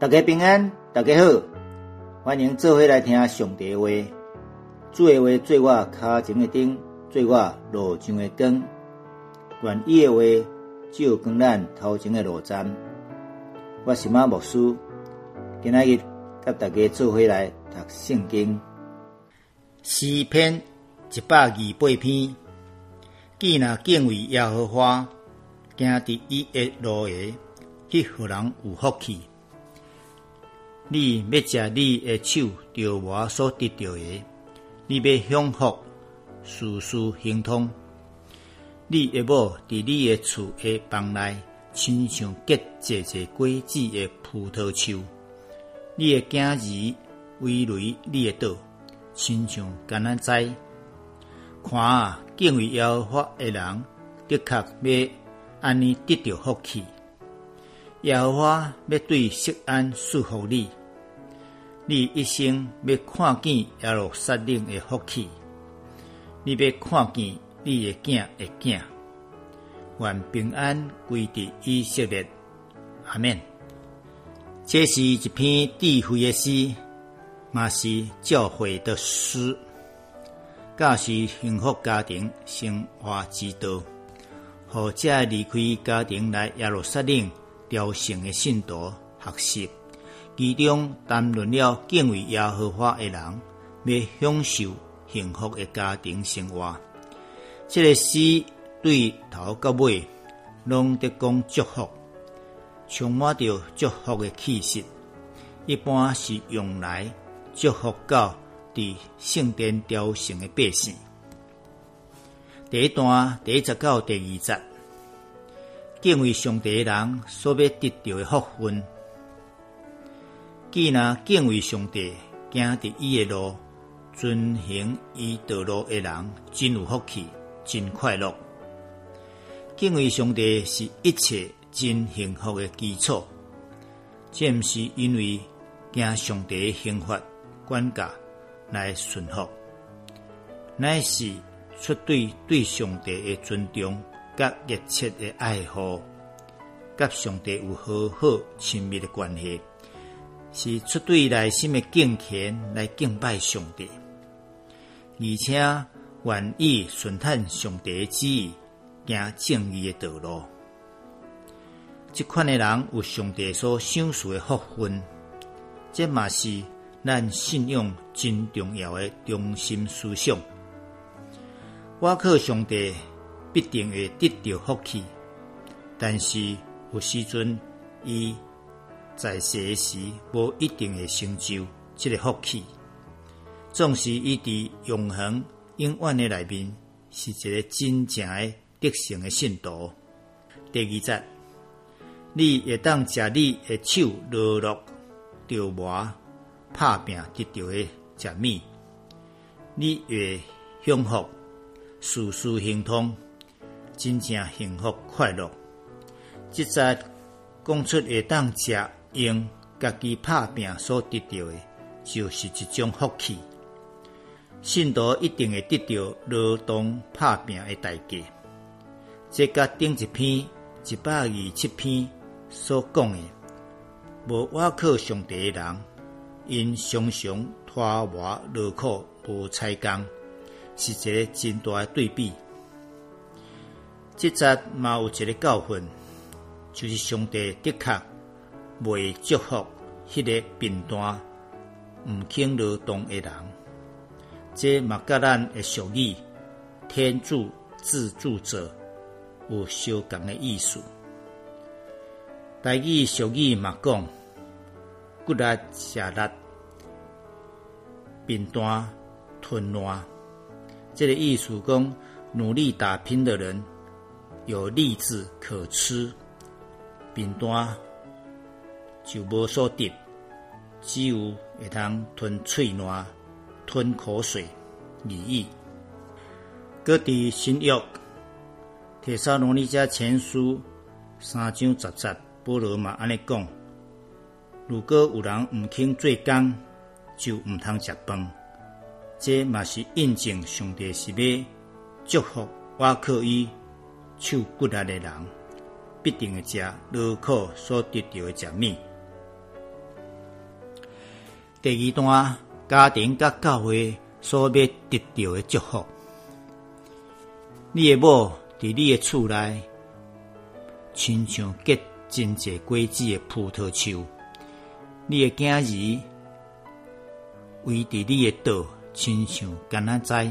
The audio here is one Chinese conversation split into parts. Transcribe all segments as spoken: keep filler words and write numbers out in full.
大家平安，大家好，欢迎做伙来听上帝的话。主的话做我脚前的灯，做我路上的光。愿伊的话照光咱头前的路站。我是马牧师，今仔日甲大家做伙来读圣经。 诗篇一百二十八篇，既若敬畏耶和华，行伫伊的路的，迄予人有福气。你要食你的手着我所得到的，你要享福，事事亨通。你的某伫你的厝的房内，亲像结结结果子的葡萄树；你的囝儿围围你的岛，亲像橄榄栽。看啊，敬畏耶和华的人，的确要安尼得到福气。耶和华要对锡安赐福你，你一生要看见耶路撒冷的福气，你要看见你的囝的囝。愿平安归伫以色列。阿们。这是一篇智慧的诗，嘛是教会的诗，教是幸福家庭生活之道。互这离开家庭来耶路撒冷朝圣的信徒学习，其中谈论了敬畏耶和华的人要享受幸福的家庭生活。这个诗对头到尾拢在讲祝福，充满着祝福的气息，一般是用来祝福到伫圣殿朝圣的百姓。第一段第一节到第二节，敬畏上帝的人所要得到的福分。既若敬畏上帝，行伫伊的路，遵行伊道路的人，真有福气，真快乐。敬畏上帝是一切真幸福的基础，这毋是因为行上帝的刑罚管教来顺服，乃是出对对上帝的尊重，甲热切的爱护，甲上帝有好好亲密的关系，是出对内心的敬虔来敬拜上帝，而且愿意顺坦上帝的旨意，行正义的道路。这款的人有上帝所赏赐的福分，这嘛是咱信仰真重要的中心思想。我靠上帝必定会得到福气，但是有时阵伊在世时无一定会成就这个福气，总是伊伫永恒永远的内面是一个真正的得胜的信徒。第二节，你会当食你的手落落着磨拍拼得到的食物，你会享福，事事亨通，真正幸福快乐。这节讲出会当食用家己拍拼所得到的，就是一种福气。信徒一定会得到劳动拍拼的代价。这甲顶一篇一百二十七篇所讲的，无倚靠上帝的人，因常常拖磨劳苦无采工，是一个真大的对比。这节嘛有一个教训，就是上帝的确未祝福迄个贫惰毋肯劳动的人。这嘛甲咱的俗语天助自助者有相同的意思。台语俗语嘛讲，骨力吃力，贫惰吞烂。这个意思讲，努力打拼的人有栗子可吃，贫惰就无所得，只有会通吞喙烂、吞口水而已。搁伫新约提撒罗尼迦前书三章十节，保罗嘛安尼讲：如果有人毋肯做工，就毋通食饭。这嘛是印证上帝是要祝福倚靠伊手骨力的人，必定会食劳苦所得到的食物。 第二段，家庭甲教会所要得到的祝福。你的某伫你的厝内，亲像结真侪果子的葡萄树；你的囝儿围伫你的道，亲像橄榄栽。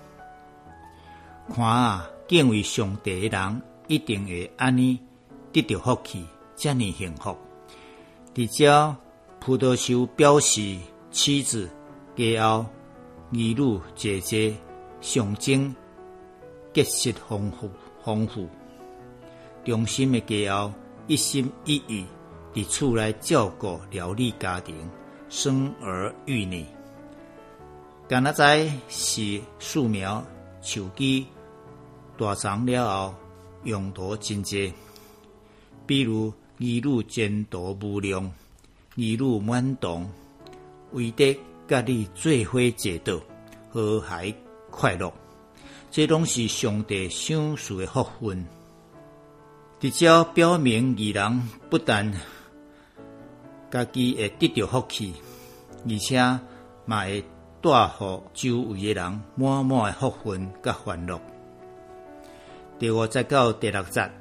看啊，敬畏上帝的人一定会安尼得到福气，遮尼幸福。伫遮葡萄树表示妻子、家后、儿女姐姐，象征结实丰富、丰富。忠心的家后一心一意伫厝内照顾料理家庭，生儿育女。橄榄栽是树苗，树枝大长了后，用途真济，比如儿女前途无量，儿女满堂，为得甲你做伙坐倒，和諧快樂，这拢是上帝赏赐的福分。伫遮表明义人不但家己会得到福气，而且嘛会带予周围的人满满的福分甲欢乐。第五节到第六节，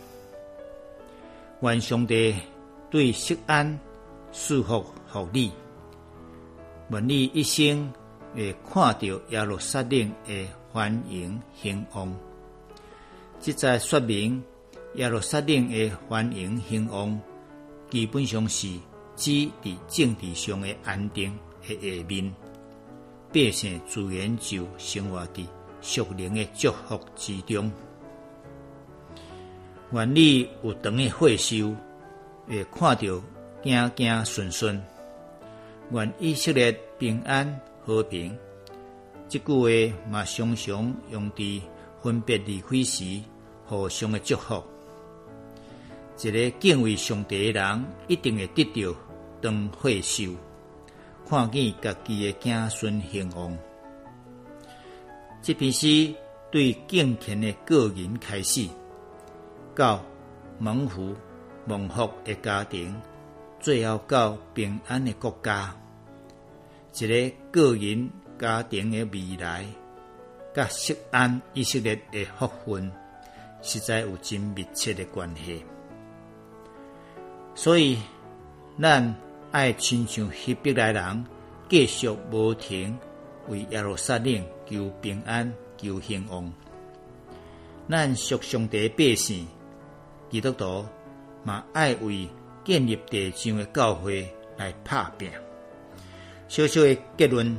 愿上帝对錫安賜福予你，願你一生會看到耶路撒冷的繁榮興旺。這在說明耶路撒冷的繁榮興旺，基本上是指佇政治上的安定的下面，百姓自然就生活佇屬靈的祝福之中。願你有長的歲數，會看到行行順順。願以色列平安和平。這句話嘛常常用佇分別離開時，互相的祝福。一個敬畏上帝的人，一定會得到長歲數，看見家己的子孫興旺。這篇詩對敬虔的個人開始，到蒙福蒙福的家庭，最後到平安的國家，一個個人家庭的未來，甲錫安以色列的福分，實在有真密切的關係。所以，咱愛親像希伯來人，繼續無停為耶路撒冷求平安、求興旺。咱屬上帝的百姓，基督徒嘛愛為建立地上的教會來打拼。小小的結論，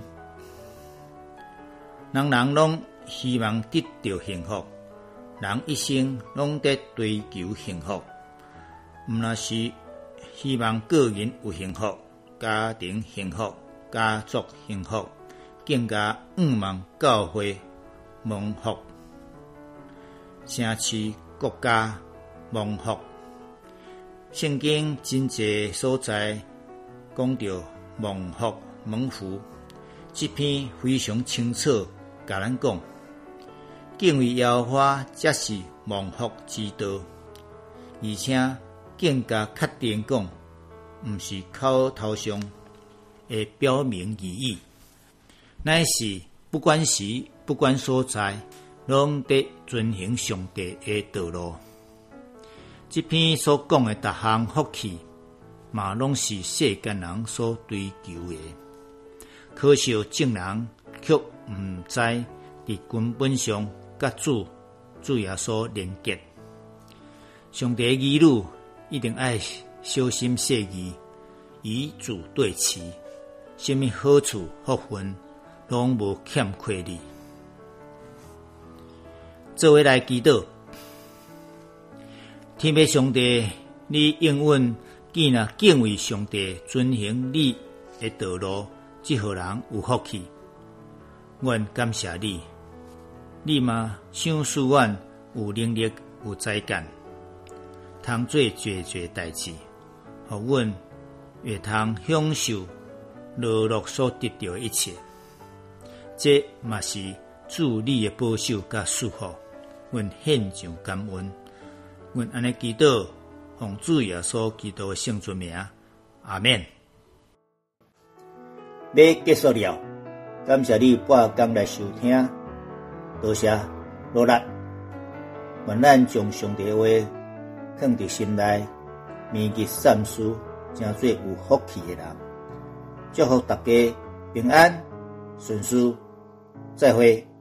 人人攏希望得到幸福，人一生攏在追求幸福，毋若是希望個人有幸福、家庭幸福、家族幸福，更加仰望教會蒙福，城市國家蒙福。聖經真濟所在講到蒙福蒙福，這篇非常清楚甲咱講，敬畏耶和華才是蒙福之道，而且更加確定講，毋是口頭上的表明意義，乃是不管時不管所在，攏得遵行上帝的道路。這篇所講的逐項福氣，嘛攏是世間人所追求的，可惜眾人卻毋知佇根本上甲主主耶穌連結。上帝的兒女一定愛小心細意，與主對齊，什麼好處福分攏無欠缺你。做伙來祈禱，天父上帝，你應允既然敬畏上帝，遵行你的道路，這號人有福氣。阮感謝你，你嘛賞賜阮有能力、有才幹，通做濟濟代志，互阮會通享受樂樂所得到的一切。這嘛是主你的保守甲賜福，阮獻上感恩。阮安尼祈禱，奉主耶穌基督的聖尊名，阿們。 要结束了，感谢你拨工来收听，多谢努力。愿咱将上帝的话放伫心内，铭记善事，成做有福气的人。祝福大家平安顺遂，再会。